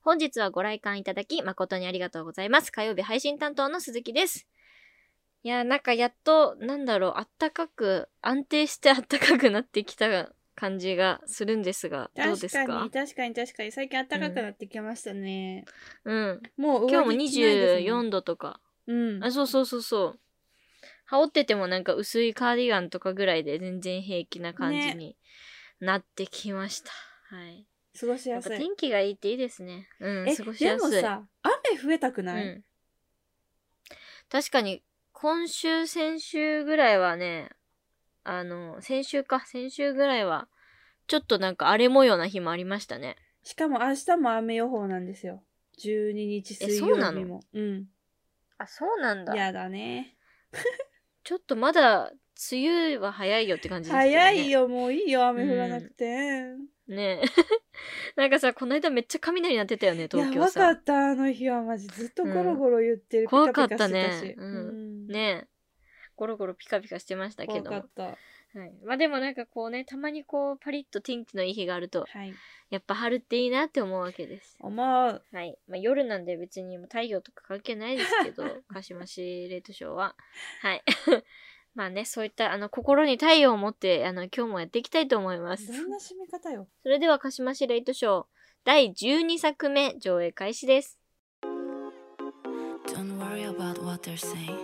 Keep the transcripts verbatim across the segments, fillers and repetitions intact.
本日はご来館いただき誠にありがとうございます。火曜日配信担当の鈴木です。いやーなんかやっとなんだろうあったかく安定してあったかくなってきた感じがするんですがどうですか？ 確かに確かに確かに最近あったかくなってきましたね。 うん。うん、 もう今日もにじゅうよんどとか。 うん。 あそうそうそうそう。羽織っててもなんか薄いカーディガンとかぐらいで全然平気な感じになってきました。ね、はい。 過ごしやすい。 やっぱ天気がいいっていいですね。うん、過ごしやすい。 でもさ、雨増えたくない？うん、 確かに今週先週ぐらいはね、あの先週か先週ぐらいはちょっとなんか荒れ模様な日もありましたね。 しかも明日も雨予報なんですよ。じゅうににち水曜日も。え、そうなの？うん。 あ、そうなんだ。 やだね。 ちょっとまだ梅雨は早いよって感じですけどね。 早いよ、もういいよ、雨降らなくて。うん、 ねえ。なんかさ、この間めっちゃ雷鳴ってたよね、東京さ。 やばかった、あの日はマジ。ずっとゴロゴロ言ってる、うん、 怖かったね。 ピカピカしてたし。うん。うん、 ねえ。ゴロゴロピカピカしてましたけども。 怖かった。 はい。まあでもなんかこうね、たまにこうパリッと天気のいい日があると、はい、やっぱ春っていいなって思うわけです。 思う。 はい。まあ夜なんで別に太陽とか関係ないですけど、鹿島市レイトショーは。はい。まあね、そういったあの心に太陽を持ってあの今日もやっていきたいと思います。 どんな締め方よ。 それでは鹿島市レイトショーだいじゅうにさくめ上映開始です。Don't worry about what they're saying.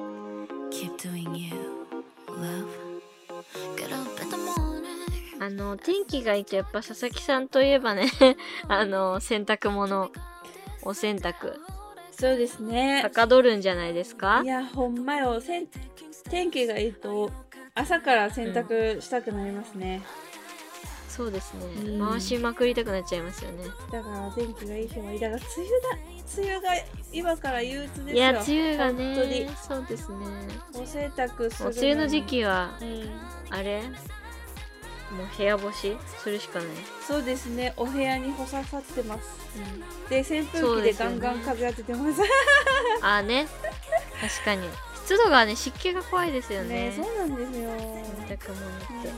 Keep doing you, love. Get up in the morning. あの天気がいいとやっぱ佐々木さんといえばねあの洗濯物お洗濯そうですね。 はかどるんじゃないですか？ いやほんまよ。せん天気がいいと朝から洗濯したくなりますね。 うん、そうですね、うん、回しまくりたくなっちゃいますよね。 だから天気がいい日はいい。だから梅雨だ梅雨が今から憂鬱ですよ。 いや梅雨がね本当にそうですね。 お洗濯するのに梅雨の時期は、 うん、 あれもう部屋干しするしかない。 そうですね。お部屋に干ささってます、うん、で扇風機でガンガン風当ててます、ね、 あーね確かに湿度がね湿気が怖いですよね。 ねそうなんですよ。 洗濯物って、うん、確か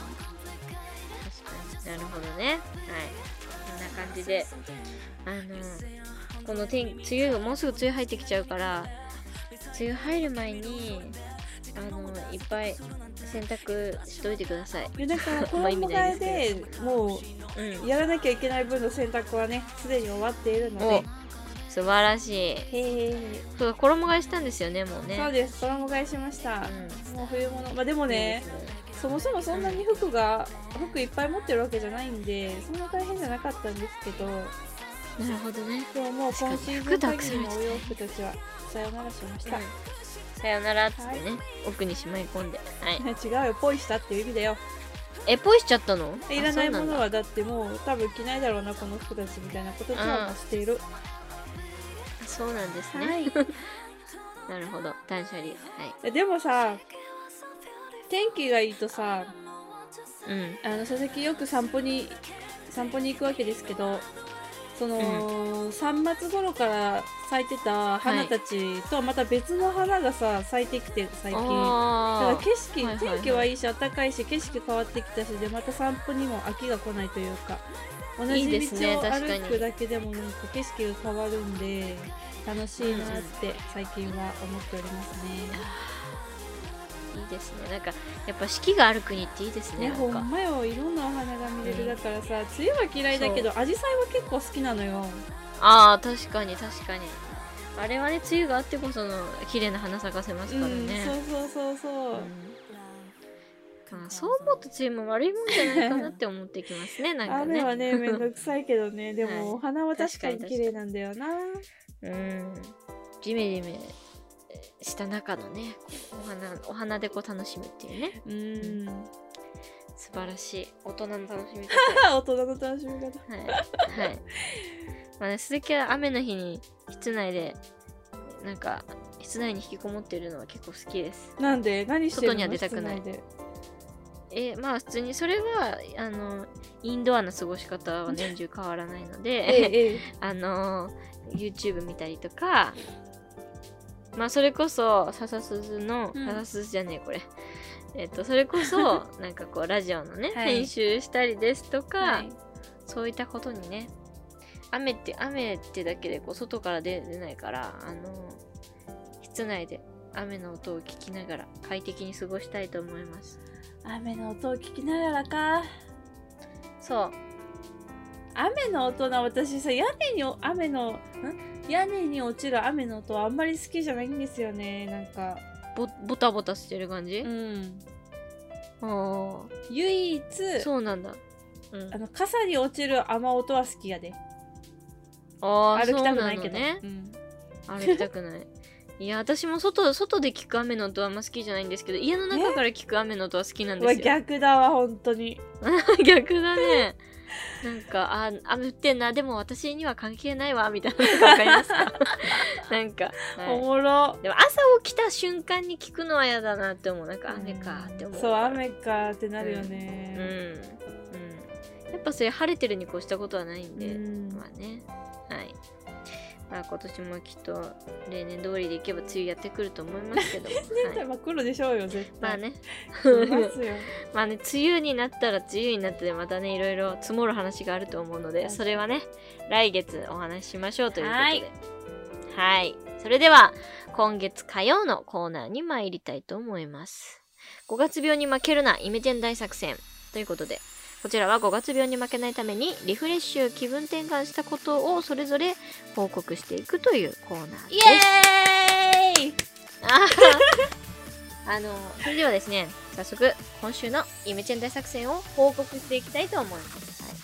になるほどね。はいこんな感じであのこの天梅雨がもうすぐ梅雨入ってきちゃうから梅雨入る前にあのいっぱい洗濯しといてください。 だから衣替えでもうやらなきゃいけない分の洗濯はねすでに終わっているので素晴らしい。へえ。そう衣替えしたんですよねもうね。 そうです衣替えしました、うん、もう冬物まあでもね、うん、そもそもそんなに服が、うん、服いっぱい持ってるわけじゃないんでそんな大変じゃなかったんですけど。 なるほどね。 でももう今シーズン限りのお洋服たちはさよならしました、うんさよならっつってね、はい、奥にしまい込んで、はい、 違うよポイしたっていう意味だよ。 えポイしちゃったの？ いらないものはだってもう多分着ないだろうなこの服たちみたいなことはもしている。 そうなんですね、はい、なるほど断捨離。はい。 でもさ天気がいいとさ、 うん、 あの佐々木よく散歩に散歩に行くわけですけどその、うん、さんがつ頃から咲いてた花たちとはまた別の花がさ咲いてきて最近だから景色、はいはいはい、天気はいいし暖かいし景色変わってきたしでまた散歩にも飽きが来ないというか同じ道を歩くだけでもなんか景色が変わるんで楽しいなって最近は思っておりますね、 うん、いいですね。なんかやっぱ四季がある国っていいですね。 ねほんまよいろんなお花が見れる、うん、だからさ梅雨は嫌いだけどアジサイは結構好きなのよ。 あー確かに確かにあれはね梅雨があってこその綺麗な花咲かせますからね、うん、 そうそうそうそう、うんまあ、そう思うと梅雨も悪いもんじゃないかなって思ってきますね。なんかね雨はねめんどくさいけどねでも、はい、お花は確かに綺麗なんだよな。 うんジメジメした中のねお花お花でこう楽しむっていうね。うん素晴らしい大人の楽しみ方大人の楽しみ方はい、 はいまあね、鈴木は雨の日に室内でなんか室内に引きこもっているのは結構好きです。 なんで何してるの？ 外には出たくない。えまあ普通にそれはあのインドアの過ごし方は年中変わらないのでええあの YouTube 見たりとかまあそれこそ笹鈴の、うん、笹鈴じゃねえこれえっとそれこそなんかこうラジオのね、はい、編集したりですとか、はい、そういったことにね雨って雨ってだけでこう外から出れないから、あの室内で雨の音を聞きながら快適に過ごしたいと思います。 雨の音を聞きながらか。 そう。 雨の音な、私さ、屋根に雨のん屋根に落ちる雨の音はあんまり好きじゃないんですよね。なんかボボタボタしてる感じ。 うん。 ああ。 唯一そうなんだ。 うん、あの傘に落ちる雨音は好きやで。 ああ、 歩きたくないけどね。うん、歩きたくない。いや、私も外外で聞く雨の音はあんま好きじゃないんですけど、家の中から聞く雨の音は好きなんですよ。 逆だわ、本当に。 逆だね。なんか、あ、雨降ってんな、でも私には関係ないわ、みたいなのわかりますか？なんか、 はい、おもろ。 でも朝起きた瞬間に聞くのは嫌だなって思う。なんか雨かって思う。 そう、雨かってなるよね。 うん。うん。うん、やっぱそれ晴れてるに越したことはないんで、んまあね。はい。まあ今年もきっと例年通りでいけば梅雨やってくると思いますけども。 絶対真っ黒でしょうよ、絶対。 まあね。 ますよ。まあね、梅雨になったら梅雨になってまたね、いろいろ積もる話があると思うので、それはね、来月お話ししましょうということで。はい。はい。それでは、今月火曜のコーナーに参りたいと思います。ごがつ病に負けるな、イメチェン大作戦ということで、こちらはごがつ病に負けないためにリフレッシュ、気分転換したことをそれぞれ報告していくというコーナーです。イエーイあの、それではですね、早速今週のイメチェン大作戦を報告していきたいと思います。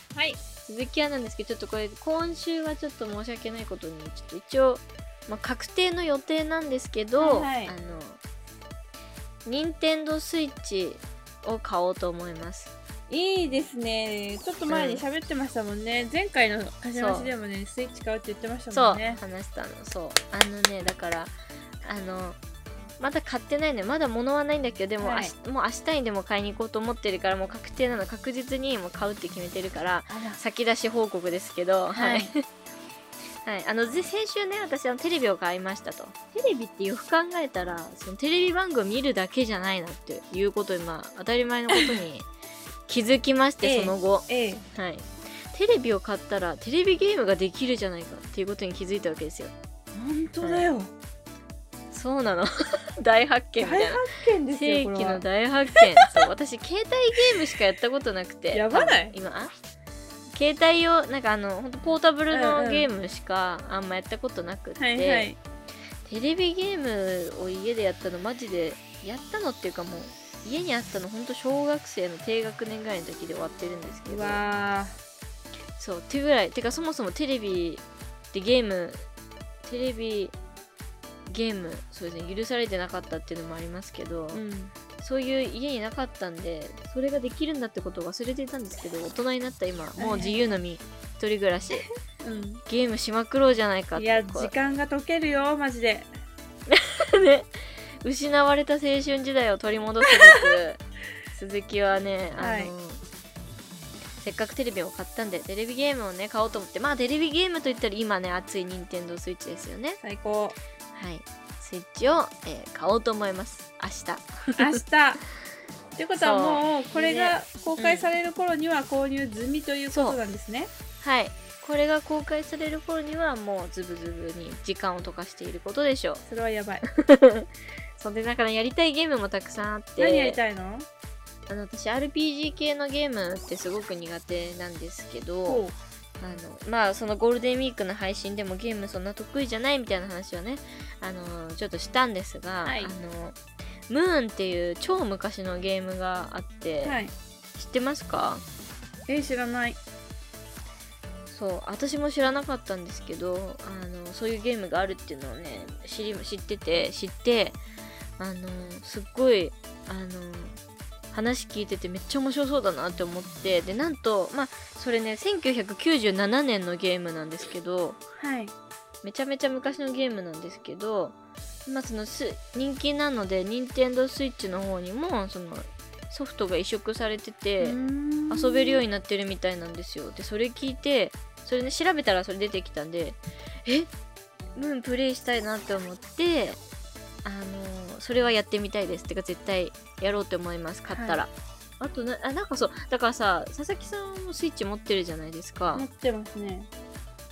はい。はい、続きはなんですけど、ちょっとこれ今週はちょっと申し訳ないことに、ちょっと一応、まあ、確定の予定なんですけど、はいはい、あの、任天堂スイッチを買おうと思います。 いいですね。ちょっと前に喋ってましたもんね。うん、前回の貸し出しでもね、スイッチ買うって言ってましたもんね。 そう、話したの。そう。あのね、だから、あの、まだ買ってないのよ。まだ物はないんだけど、でも、はい、もう明日にでも買いに行こうと思ってるから、もう確定なの。確実にもう買うって決めてるから、先出し報告ですけど、はい。はい、あの先週ね、私はテレビを買いましたと。テレビってよく考えたら、そのテレビ番組を見るだけじゃないなっていうことに、まあ、当たり前のことに気づきまして、その後、ええはい。テレビを買ったら、テレビゲームができるじゃないかっていうことに気づいたわけですよ。 本当だよ。はい、 そうなの。大発見みたいな。 大発見ですよ。 世紀の大発見。そう、私、携帯ゲームしかやったことなくて。 やばない？ 今、携帯をなんかあの本当ポータブルのゲームしかあんまやったことなくって、はいはい、テレビゲームを家でやったのマジでやったのっていうかもう家にあったの本当小学生の低学年ぐらいの時で終わってるんですけど、 わそうっていうぐらいてかそもそもテレビでゲームテレビゲームそうですね許されてなかったっていうのもありますけど、うん、そういう家になかったんでそれができるんだってことを忘れていたんですけど、大人になった今もう自由の身一人暮らし、うん、ゲームしまくろうじゃないかって。 いや時間が解けるよマジでね、失われた青春時代を取り戻すべく鈴木はねあの、はい、せっかくテレビを買ったんでテレビゲームをね買おうと思って、まあテレビゲームといったら今ね熱い任天堂スイッチですよね。 最高。 はい、スイッチを、えー、買おうと思います明日明日ってことはもうこれが公開される頃には購入済みということなんですね、 うん、はい、これが公開される頃にはもうズブズブに時間を溶かしていることでしょう。 それはやばいそんでだからやりたいゲームもたくさんあって。 何やりたいの？ あの私 アールピージー 系のゲームってすごく苦手なんですけど、あのまあそのゴールデンウィークの配信でもゲームそんな得意じゃないみたいな話をねあのちょっとしたんですが、はい、あのムーンっていう超昔のゲームがあって、はい、知ってますか？ えー、知らない。 そう私も知らなかったんですけどあのそういうゲームがあるっていうのをね知り知ってて知ってあのすっごいあの話聞いててめっちゃ面白そうだなって思って、でなんとまあそれねせんきゅうひゃくきゅうじゅうななねんのゲームなんですけど、 はい、 めちゃめちゃ昔のゲームなんですけど、まあそのす人気なので任天堂スイッチの方にもそのソフトが移植されてて遊べるようになってるみたいなんですよ。でそれ聞いてそれね調べたらそれ出てきたんで、えムーンプレイしたいなって思ってあのー、それはやってみたいですってか絶対やろうと思います買ったら、はい、あとなあなんかそうだからさ佐々木さんもスイッチ持ってるじゃないですか。 持ってますね。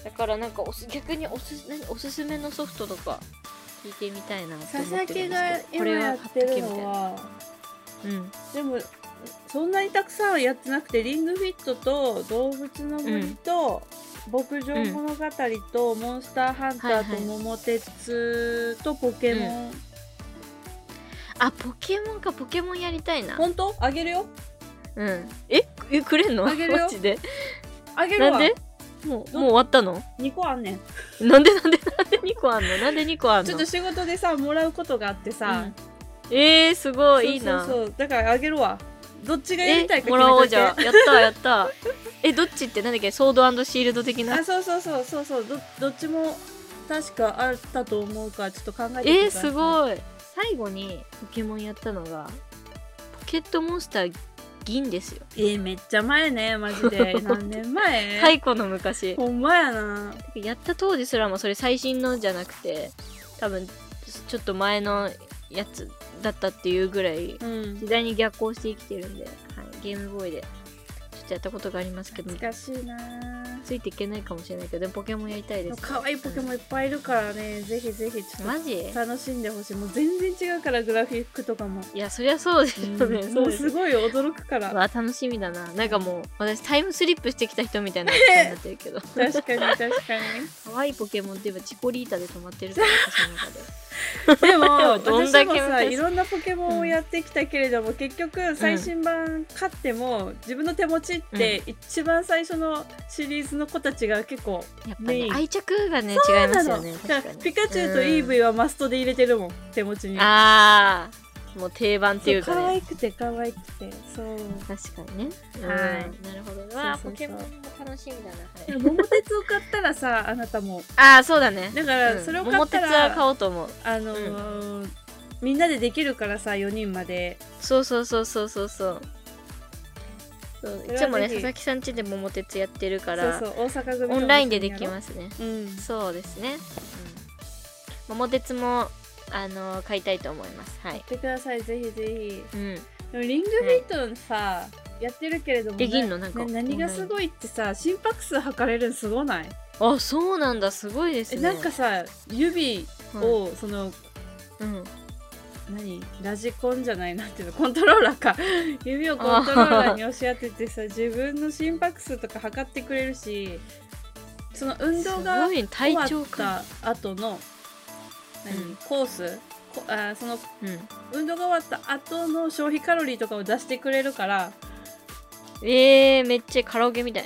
だからなんかおす逆におす何おすすめのソフトとか聞いてみたいなって佐々 思ってるんですけど、 木が今やってるのは、 うん、 でもそんなにたくさんはやってなくて、リングフィットと動物の森と、うん、牧場物語と、モンスターハンターと桃鉄とポケモン、はいはい、 あ、ポケモンか。ポケモンやりたいな。 ほんと？あげるよ。 うん。ええ、くれんの？ あげるよ。 マジで。 あげるわ。 なんで？もう、もう終わったの？ にこあんねん。なんでなんでなんでにこあんの？なんでにこあんの？ ちょっと仕事でさ、もらうことがあってさ。 うん、えー、すごい、いいな。 そうそうそう。だからあげるわ。どっちがやりたいか決めといて。もらおうじゃあ。やったやった。え、どっちってなんだっけ？ソード&シールド的な。 あ、そうそうそうそうそう。ど、どっちも確かあったと思うから、ちょっと考えてください。 えー、すごい。最後にポケモンやったのがポケットモンスター銀ですよ。 えー、めっちゃ前ね、マジで。何年前？ 太古の昔。 ほんまやな。 やった当時すらもそれ最新のじゃなくて、多分ちょっと前のやつだったっていうぐらい、うん、時代に逆行して生きてるんで、はい、ゲームボーイでちょっとやったことがありますけど、 難しいな。 ついていけないかもしれないけど、でもポケモンやりたいです。 可愛いポケモンいっぱいいるからね、うん、ぜひぜひちょっとマジ楽しんでほしい。もう全然違うから、グラフィックとかも。 いや、そりゃそうですよね。 うん、もうすごい驚くから。 わ、楽しみだな。なんかもう私タイムスリップしてきた人みたいな感じになってるけど。 確かに確かに。 可愛いポケモンって言えばチコリータで止まってるから私の中で。 でもどんだけ私もさ、いろんなポケモンをやってきたけれども、うん、結局最新版買っても、うん、自分の手持ちって、うん、一番最初のシリーズの子たちが結構やっぱね、愛着がね違いますよね。確かにピカチュウとイーブイはマストで入れてるもん、手持ちに。 ああ、もう定番っていうかね。 可愛くて可愛くて、そう。 確かにね。 はい。 なるほど。わあ、ポケモンも楽しみだな。 桃鉄を買ったらさ、あなたも。 ああ、そうだね。 だからそれを買ったら、 桃鉄は買おうと思う。 あのー、みんなでできるからさ、よにんまで。 そうそうそうそうそうそう。そういつもね、佐々木さん家で桃鉄やってるから、 そうそう、大阪組オンラインでできますね。 うん、 そうですね。うん、桃鉄もあのー、買いたいと思います。はい。 買ってください、ぜひぜひ。 うん。 でもリングフィットさ、はい、やってるけれども、 できんのなんか、 ね、何がすごいってさ、心拍数測れるのすごない？ あ、そうなんだ、すごいですね。 なんかさ、指を、うん、その、 うん。 何ラジコンじゃないなんていうのコントローラーか指をコントローラーに押し当ててさ自分の心拍数とか測ってくれるし、その運動が終わった後の何、うん、コースあその、うん、運動が終わった後の消費カロリーとかを出してくれるから、 えー、めっちゃカラオケみたい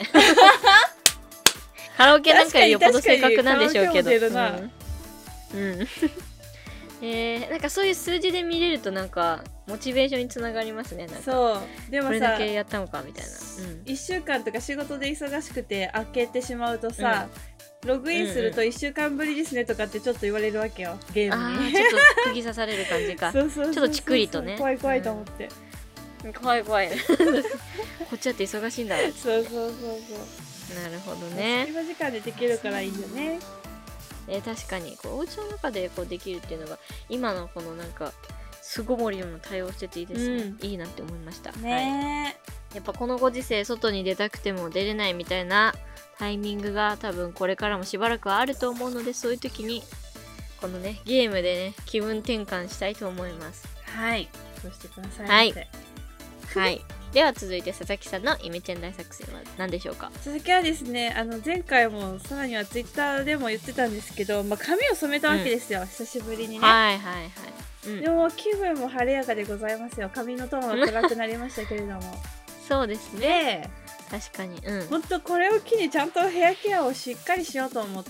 カラオケなんかよりよっぽど正確なんでしょうけど。うん、うんえー、なんかそういう数字で見れるとなんかモチベーションにつながりますね。なんかそうでもさ、 これだけやったのかみたいな、 うん、いっしゅうかんとか仕事で忙しくて開けてしまうとさ、うん、ログインするといっしゅうかんぶりですねとかってちょっこっ言われるわけよ、ゲームに。 あちょっと釘刺される感じか。そうそうそうそう、ちょっとチクリとね、 怖い怖いと思って、 うん、怖い怖いこっちだって忙しいんだ。 そうそうそうそう、 なるほどね。 隙間時間でできるからいいよね。 えー、確かにこうお家の中でこうできるっていうのが今のこのなんか巣ごもりにも対応してていいですね、うん、いいなって思いましたね、 はい、やっぱこのご時世外に出たくても出れないみたいなタイミングが多分これからもしばらくはあると思うので、そういう時にこのねゲームでね気分転換したいと思います。 はい、そうしてください。 はいはいでは続いて佐々木さんのイメチェン大作戦は何でしょうか？ 佐々木はですね、あの前回もさらにはツイッターでも言ってたんですけど、まあ、髪を染めたわけですよ、うん、久しぶりにね。 はいはいはい、 うん、でも気分も晴れやかでございますよ。髪のトーンは暗くなりましたけれどもそうですね、確かに、うん、 ほんとこれを機にちゃんとヘアケアをしっかりしようと思って、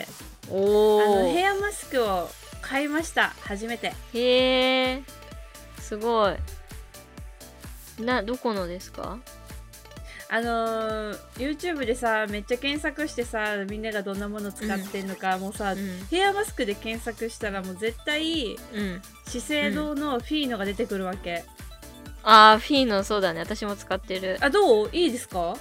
おあのヘアマスクを買いました、初めて。 へえ、すごいな。どこのですか？ あのー、YouTube でさめっちゃ検索してさ、みんながどんなもの使ってんのか、うん、もうさ、うん、ヘアマスクで検索したらもう絶対、うん、資生堂のフィーノが出てくるわけ、 うん、あーフィーノ、そうだね、私も使ってる。 あ、どう？いいですか？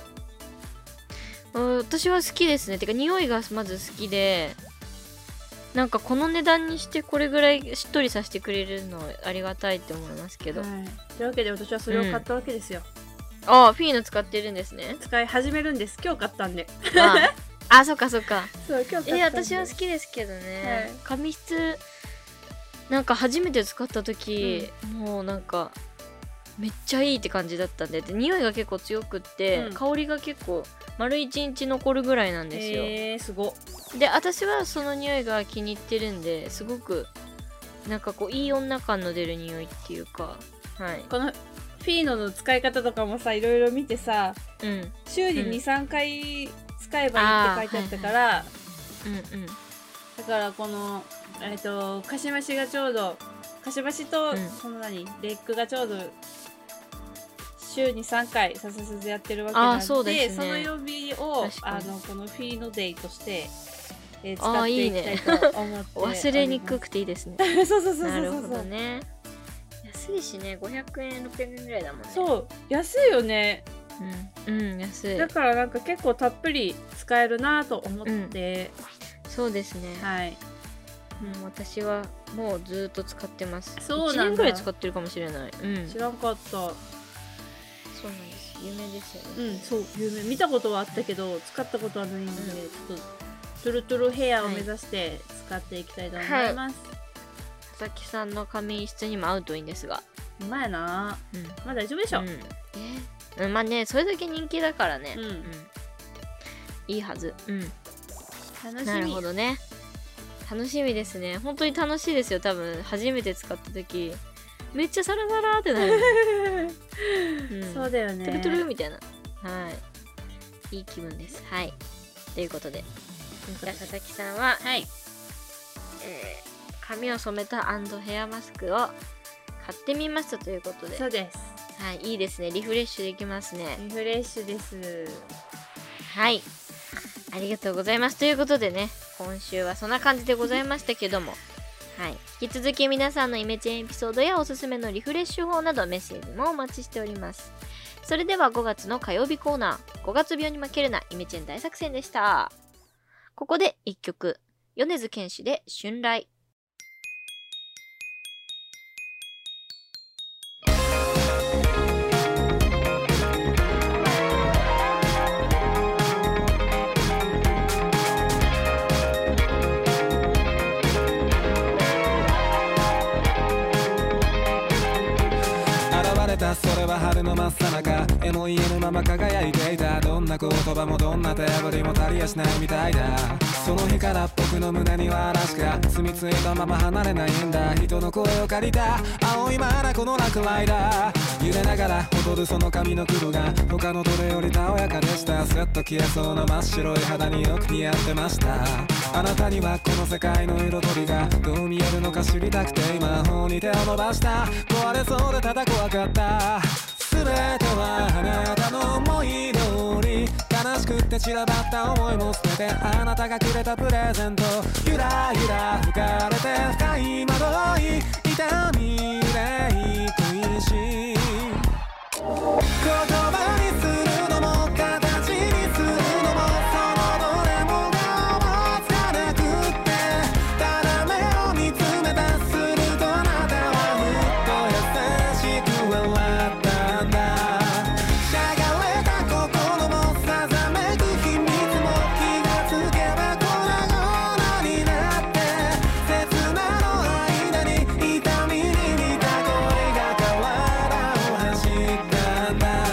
私は好きですね。てか匂いがまず好きで、なんかこの値段にしてこれぐらいしっとりさせてくれるのありがたいって思いますけど、はい、 というわけで私はそれを買ったわけですよ、 うん、ああフィーノ使ってるんですね。 使い始めるんです、今日買ったんで。 ああ、そっかそっか。 そう今日えー、私は好きですけどね、はい、髪質なんか初めて使った時、うん、もうなんかめっちゃいいって感じだったんで、で匂いが結構強くって、うん、香りが結構丸一日残るぐらいなんですよ。 えー、すごっで私はその匂いが気に入ってるんで、すごくなんかこういい女感の出る匂いっていうか、はい、 このフィーノの使い方とかもさいろいろ見てさ、うん、週に に,さん 回使えばいいって書いてあったから、うんうん、だからこのえっとかしましがちょうどかしましと、うん、その何レッグがちょうど週にさんかいさせずやってるわけなんで、そで、ね、その曜日をあのこのフィーノデイとして、えー、使っていきたいと思って忘れにくくていいですね。 そうそうそうそうそう。 なるほどね。安いしね、ごひゃくえんろっぴゃくえんぐらいだもんね。 そう安いよね。 うん、うん、安い。 だからなんか結構たっぷり使えるなと思って、 うん、そうですね。 はい。 うん、私はもうずっと使ってます。 そうなんだ。 いちねんぐらい使ってるかもしれない。うん、 知らんかった。 そうなんです。有名ですよね。 うん、そう有名。見たことはあったけど使ったことはないので、うん、ちょっとトゥルトゥルヘアを目指して使っていきたいと思います。はいはい、 佐々木さんの髪質にも合うといいんですが。 うまいな。うん、まあ大丈夫でしょ。うん、 えー、まあね、それだけ人気だからね。うん、うん、いいはず。うん。 楽しみ。 なるほどね。楽しみですね。本当に楽しいですよ。多分初めて使った時めっちゃサラサラってなる、 うん、そうだよね。 トゥルトゥルみたいな。はい、いい気分です。はい、ということでじゃあ佐々木さんは、はい、えー、髪を染めた&ヘアマスクを買ってみましたということで。 そうです。 はい、いいですね。リフレッシュできますね。 リフレッシュです。 はい、ありがとうございます。ということでね、今週はそんな感じでございましたけどもはい、引き続き皆さんのイメチェンエピソードやおすすめのリフレッシュ法などメッセージもお待ちしております。それではごがつの火曜日コーナー、ごがつ病に負けるなイメチェン大作戦でした。ここでいっきょく、米津玄師で春来。 それは春の真っ最中、絵も家のまま輝いていた。どんな言葉もどんな手振りも足りやしないみたいだ。その日から僕の胸には嵐が住み着いたまま離れないんだ。人の声を借りた青いまだこの落雷だ。揺れながら踊るその髪の黒が他のどれよりたおやかでした。スッと消えそうな真っ白い肌によく似合ってました。あなたにはこの世界の彩りがどう見えるのか知りたくて魔法に手を伸ばした。壊れそうでただ怖かった。全てはあなたの思い通り、悲しくって散らばった思いも捨ててあなたがくれたプレゼント。ゆらゆら吹かれて深い惑い、痛み憂い恋しい。言葉にするのも形にするのもそのどれもが思いつかなくって、ただ目を見つめたするとあなたはふっと優しく笑ったんだ。しゃがれた心もさざめく秘密も気がつけば粉々になって、刹那の間に痛みに似た恋が河原を走ったんだ。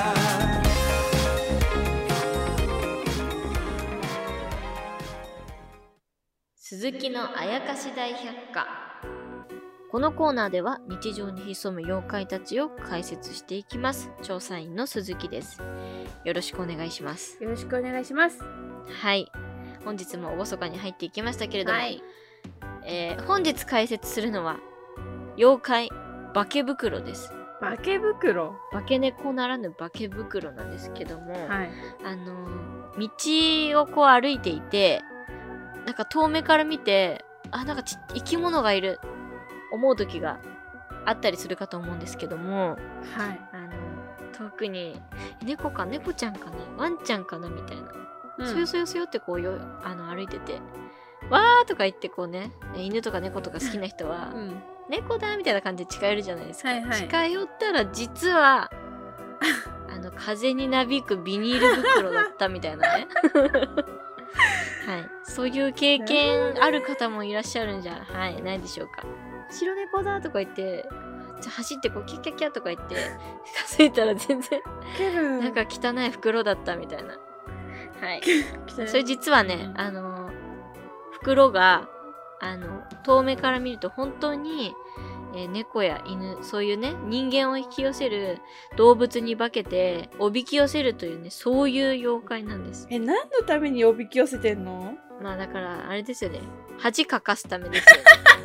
鈴木のあやかし大百科。このコーナーでは日常に潜む妖怪たちを解説していきます。調査員の鈴木です。よろしくお願いします。 よろしくお願いします。 はい、本日も厳かに入っていきましたけれども、 はい、 えー、本日解説するのは妖怪化け袋です。 化け袋、 化け猫ならぬ化け袋なんですけども、 はい、 あのー、道をこう歩いていて、なんか遠目から見て、あ、なんかち生き物がいる思う時があったりするかと思うんですけども、 はい、 あの遠くに猫か猫ちゃんかなワンちゃんかなみたいな、うん、そよそよそよってこうよあの歩いてて、わーとか言ってこうね、犬とか猫とか好きな人は、うん、猫だみたいな感じで近寄るじゃないですか、はいはい、近寄ったら実はあの風になびくビニール袋だったみたいなねはい、そういう経験ある方もいらっしゃるんじゃ、はい、ないでしょうか。白猫だとか言ってじゃ走ってこうキャッキャッキャッとか言って近づいたら全然なんか汚い袋だったみたいな。はい。それ実はね、あのー、袋があの遠目から見ると本当に、えー、猫や犬、そういうね人間を引き寄せる動物に化けておびき寄せるというね、そういう妖怪なんです。 え、何のためにおびき寄せてんの？ まあだからあれですよね、恥かかすためですよね。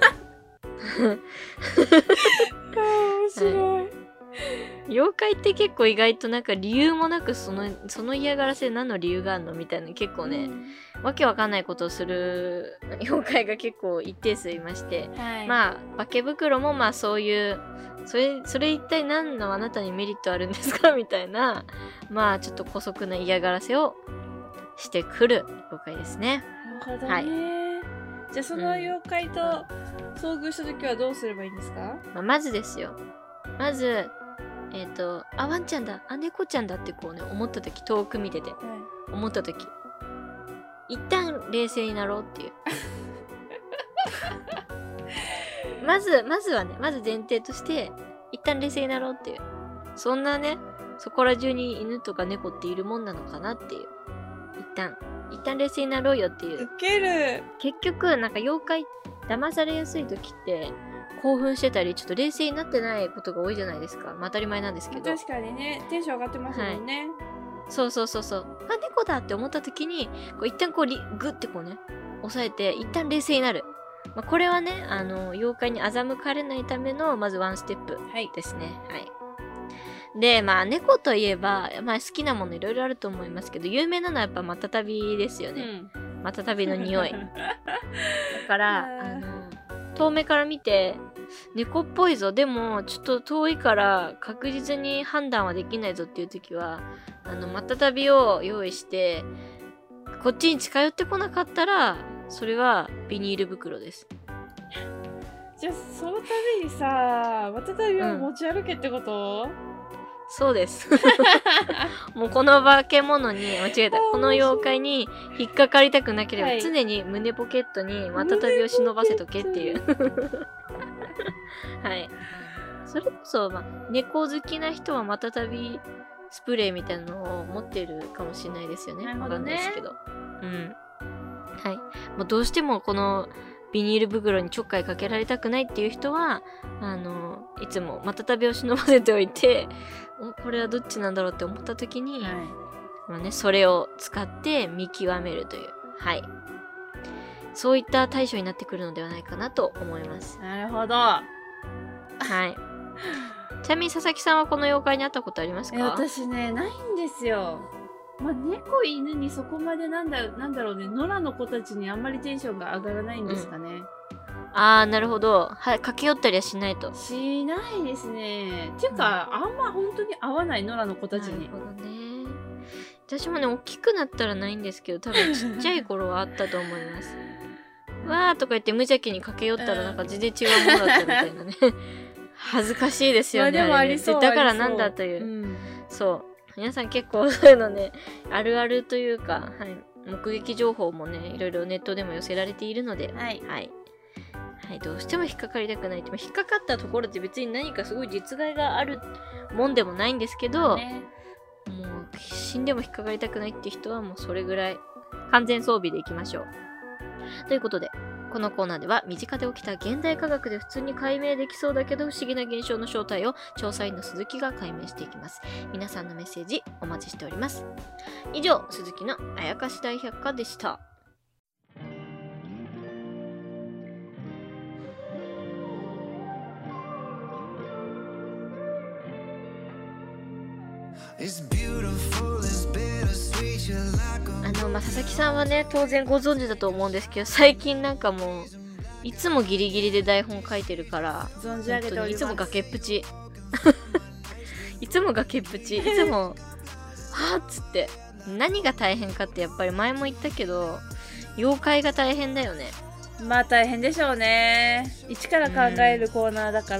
あー面白い、はい、 妖怪って結構意外となんか理由もなくそのその嫌がらせ何の理由があるのみたいな、結構ね、うん、わけわかんないことをする妖怪が結構一定数いまして、はい、まあ化け袋もまあそういうそれそれ一体何のあなたにメリットあるんですかみたいな、まあちょっと姑息な嫌がらせをしてくる妖怪ですね。 なるほどね、はい、じゃあその妖怪と遭遇した時はどうすればいいんですか？ まあ、まずですよ、まずえっ、ー、とあワンちゃんだ、あ猫ちゃんだってこうね思った時、遠く見てて、はい、思った時一旦冷静になろうっていうまずまずはね、まず前提として一旦冷静になろうっていう、そんなねそこら中に犬とか猫っているもんなのかなっていう、一旦一旦冷静になろうよっていう。 ウケる。 結局なんか妖怪騙されやすい時って興奮してたりちょっと冷静になってないことが多いじゃないですか。まあ当たり前なんですけど、 確かにねテンション上がってますもんね、はい、 そうそうそうそう、あ猫だって思った時にこう一旦こうリグッてこうね押さえて一旦冷静になる、まあ、これはねあの妖怪に欺かれないためのまずワンステップですね。はい、はい、でまあ猫といえば、まあ、好きなものいろいろあると思いますけど、有名なのはやっぱマタタビですよね、うん、マタタビの匂いだからあの遠目から見て猫っぽいぞ、でもちょっと遠いから確実に判断はできないぞっていう時はあのマタタビを用意してこっちに近寄ってこなかったらそれはビニール袋です。 じゃあそのためにさマタタビを持ち歩けってこと？うん、 そうですもうこの化け物に間違えたこの妖怪に引っかかりたくなければ、はい、常に胸ポケットにマタタビを忍ばせとけっていうはい、それこそ、まあ、猫好きな人はマタタビスプレーみたいなのを持ってるかもしれないですよね。わかんないですけど、うん、はい、もうどうしてもこのビニール袋にちょっかいかけられたくないっていう人はあのいつもマタタビを忍ばせておいて、おこれはどっちなんだろうって思った時に、はい、まあね、それを使って見極めるという、はい、そういった対処になってくるのではないかなと思います。 なるほど。 はい。ちなみに佐々木さんはこの妖怪に会ったことありますか？ 私ねないんですよ。まあ、猫犬にそこまでなんだなんだろうね、野良の子たちにあんまりテンションが上がらないんですかね。うん、 ああなるほど。はい、駆け寄ったりはしないと。 しないですね。っていうか、うん、あんま本当に合わない野良の子たちに。 なるほどね。私もね大きくなったらないんですけど多分ちっちゃい頃はあったと思います。わーとか言って無邪気に駆け寄ったらなんか全然違うものだったみたいなね恥ずかしいですよね。 まあでもありそう、 だからなんだという、うん、そう皆さん結構そういうのねあるあるというか、はい、目撃情報もねいろいろネットでも寄せられているので、はいはいはい、どうしても引っかかりたくない。でも引っかかったところで別に何かすごい実害があるもんでもないんですけど、ね、もう死んでも引っかかりたくないって人はもうそれぐらい完全装備でいきましょう。ということでこのコーナーでは身近で起きた現代科学で普通に解明できそうだけど不思議な現象の正体を調査員の鈴木が解明していきます。皆さんのメッセージお待ちしております。以上鈴木のあやかし大百科でした。あの、まあ、佐々木さんはね当然ご存知だと思うんですけど、最近なんかもういつもギリギリで台本書いてるから存じ上げております。 いつも崖っぷちいつも崖っぷちいつもはぁっつって、何が大変かってやっぱり前も言ったけど妖怪が大変だよね。 まあ大変でしょうね。一から考えるコーナーだから、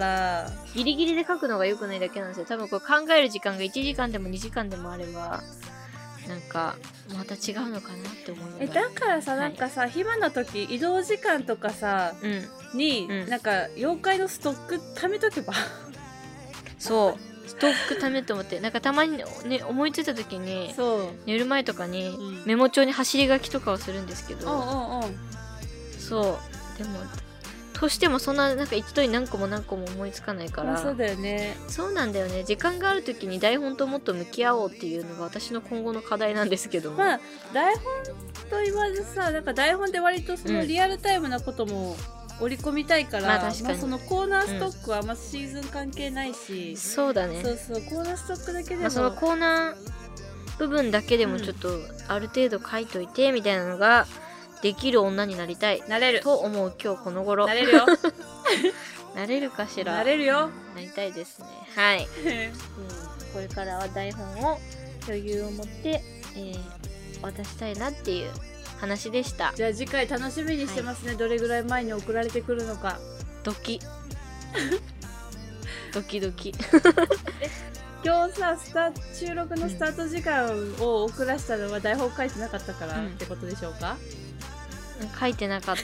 うん、ギリギリで書くのが良くないだけなんですよ。多分これ考える時間がいちじかんでもにじかんでもあればなんかまた違うのかなって思うのえだからさ、なんかさ、はい、暇な時移動時間とかさ、うん、に、うん、なんか妖怪のストック貯めとけばそうストック貯めと思って、なんかたまに、ね、思いついた時に寝る前とかにメモ帳に走り書きとかをするんですけど、うんうんうん、そうでもとしてもそんななんか一度に何個も何個も思いつかないから。 そうだよね。 そうなんだよね。時間がある時に台本ともっと向き合おうっていうのが私の今後の課題なんですけども、 まあ台本と言わずさ、なんか台本で割とそのリアルタイムなことも織り込みたいから、うん、まあ確かに、まあ、そのコーナーストックはあんまシーズン関係ないし、うん、 そうだね。 そうそうコーナーストックだけでも、 まあ、そのコーナー部分だけでもちょっとある程度書いといてみたいなのができる女になりたい。 なれると思う今日この頃。 なれるよ。 なれるかしら。 なれるよ。 なりたいですね。はい。うん、これからは台本を余裕を持って、えー、渡したいなっていう話でした。 じゃあ次回楽しみにしてますね。はい、どれぐらい前に送られてくるのか。 ドキ。ドキドキ。 今日さスタ収録のスタート時間を遅らしたのは台本書いてなかったからってことでしょうか。 うん、書いてなかった。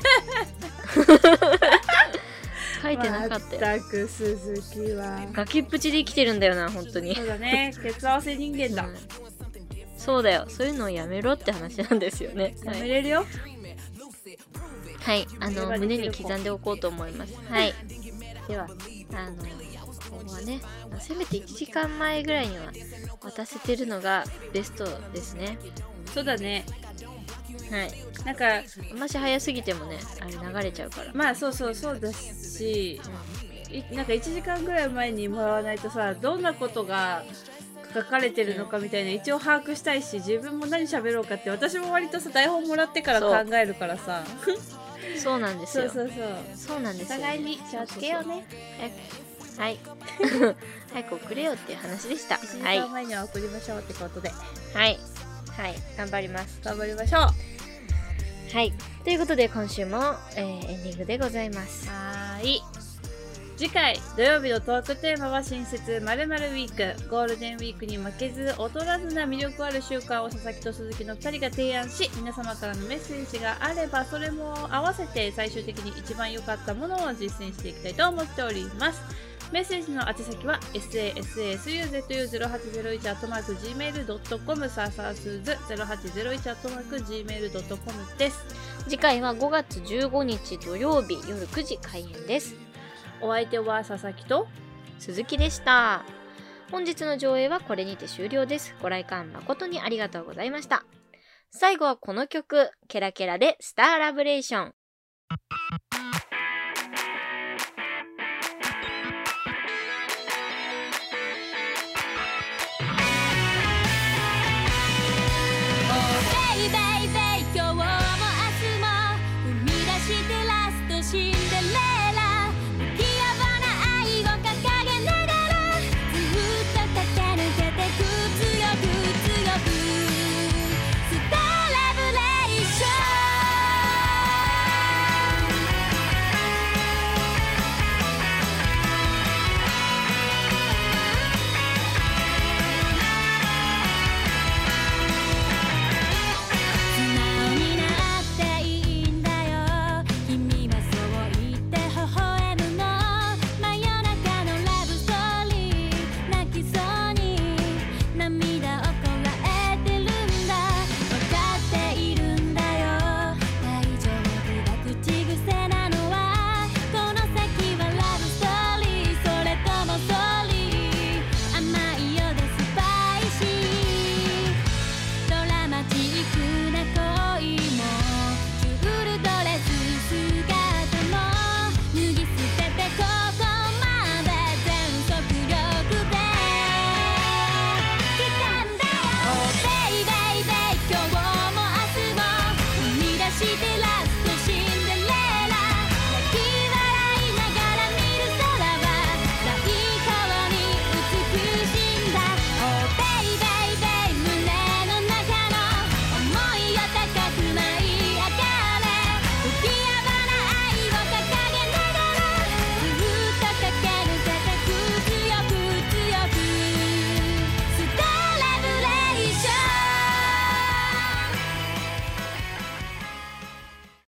書いてなかったよ。 まったく鈴木は崖っぷちで生きてるんだよな本当に。 そうだね。ケツ合わせ人間だ、うん。 そうだよ。そういうのをやめろって話なんですよね。 やめれるよ。 はい、あの胸に刻んでおこうと思います。はい。ではあのここはね、せめていちじかんまえぐらいには渡せてるのがベストですね。 そうだね。 はい。なんかあんまし早すぎてもね、あれ流れちゃうから。 まあそうそうそうだし、うん、なんかいちじかんぐらい前にもらわないとさ、どんなことが書かれてるのかみたいな一応把握したいし、自分も何喋ろうかって私も割とさ台本もらってから考えるからさ。 そうなんですよ。 そうそうそう。 そうなんですよ、ね。 お互いに気をつけようね。 はい。早く送れよっていう話でした。 いちじかんまえには送りましょうってことで。 はい。はい。頑張ります。 頑張りましょう。 はい。ということで今週も、えー、エンディングでございます。 はーい。次回土曜日のトークテーマは新設〇〇ウィーク。ゴールデンウィークに負けず劣らずな魅力ある習慣を佐々木と鈴木のふたりが提案し、皆様からのメッセージがあればそれも合わせて最終的に一番良かったものを実践していきたいと思っております。メッセージの宛先は エスエーエスエーエスユーゼットユーゼロはちゼロいち アットマーク ジーメールドットコム サーサースーズゼロはちゼロいち アットマーク ジーメールドットコム です。 次回はごがつじゅうごにち土曜日夜くじ開演です。 お相手は佐々木と鈴木でした。本日の上映はこれにて終了です。ご来館誠にありがとうございました。最後はこの曲、ケラケラでスターラブレーション。